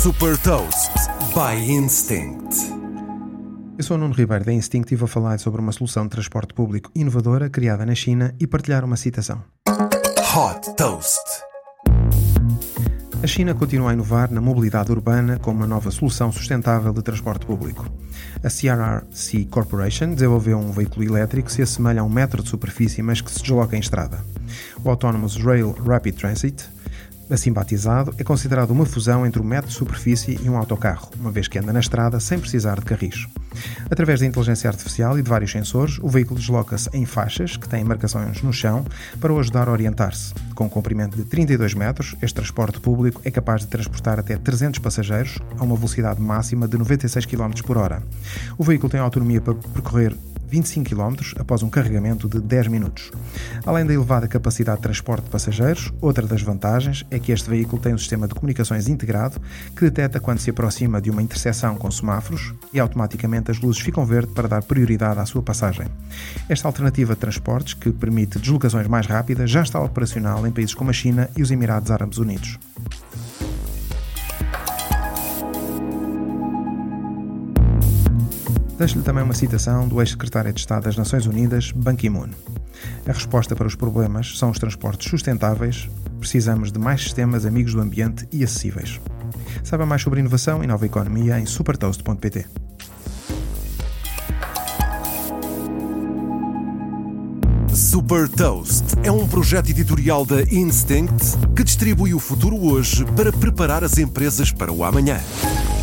Super Toast by Instinct. Eu sou o Nuno Ribeiro da Instinct e vou falar sobre uma solução de transporte público inovadora criada na China e partilhar uma citação. Hot Toast. A China continua a inovar na mobilidade urbana com uma nova solução sustentável de transporte público. A CRRC Corporation desenvolveu um veículo elétrico que se assemelha a um metro de superfície, mas que se desloca em estrada. O Autonomous Rail Rapid Transit, assim batizado, é considerado uma fusão entre um metro de superfície e um autocarro, uma vez que anda na estrada sem precisar de carris. Através da inteligência artificial e de vários sensores, o veículo desloca-se em faixas que têm marcações no chão para o ajudar a orientar-se. Com um comprimento de 32 metros, este transporte público é capaz de transportar até 300 passageiros a uma velocidade máxima de 96 km por hora. O veículo tem autonomia para percorrer 25 km após um carregamento de 10 minutos. Além da elevada capacidade de transporte de passageiros, outra das vantagens é que este veículo tem um sistema de comunicações integrado que detecta quando se aproxima de uma intersecção com semáforos e automaticamente as luzes ficam verde para dar prioridade à sua passagem. Esta alternativa de transportes, que permite deslocações mais rápidas, já está operacional em países como a China e os Emirados Árabes Unidos. Deixo-lhe também uma citação do ex-secretário de Estado das Nações Unidas, Ban Ki-moon. A resposta para os problemas são os transportes sustentáveis. Precisamos de mais sistemas amigos do ambiente e acessíveis. Saiba mais sobre inovação e nova economia em supertoast.pt. Super Toast é um projeto editorial da Instinct que distribui o futuro hoje para preparar as empresas para o amanhã.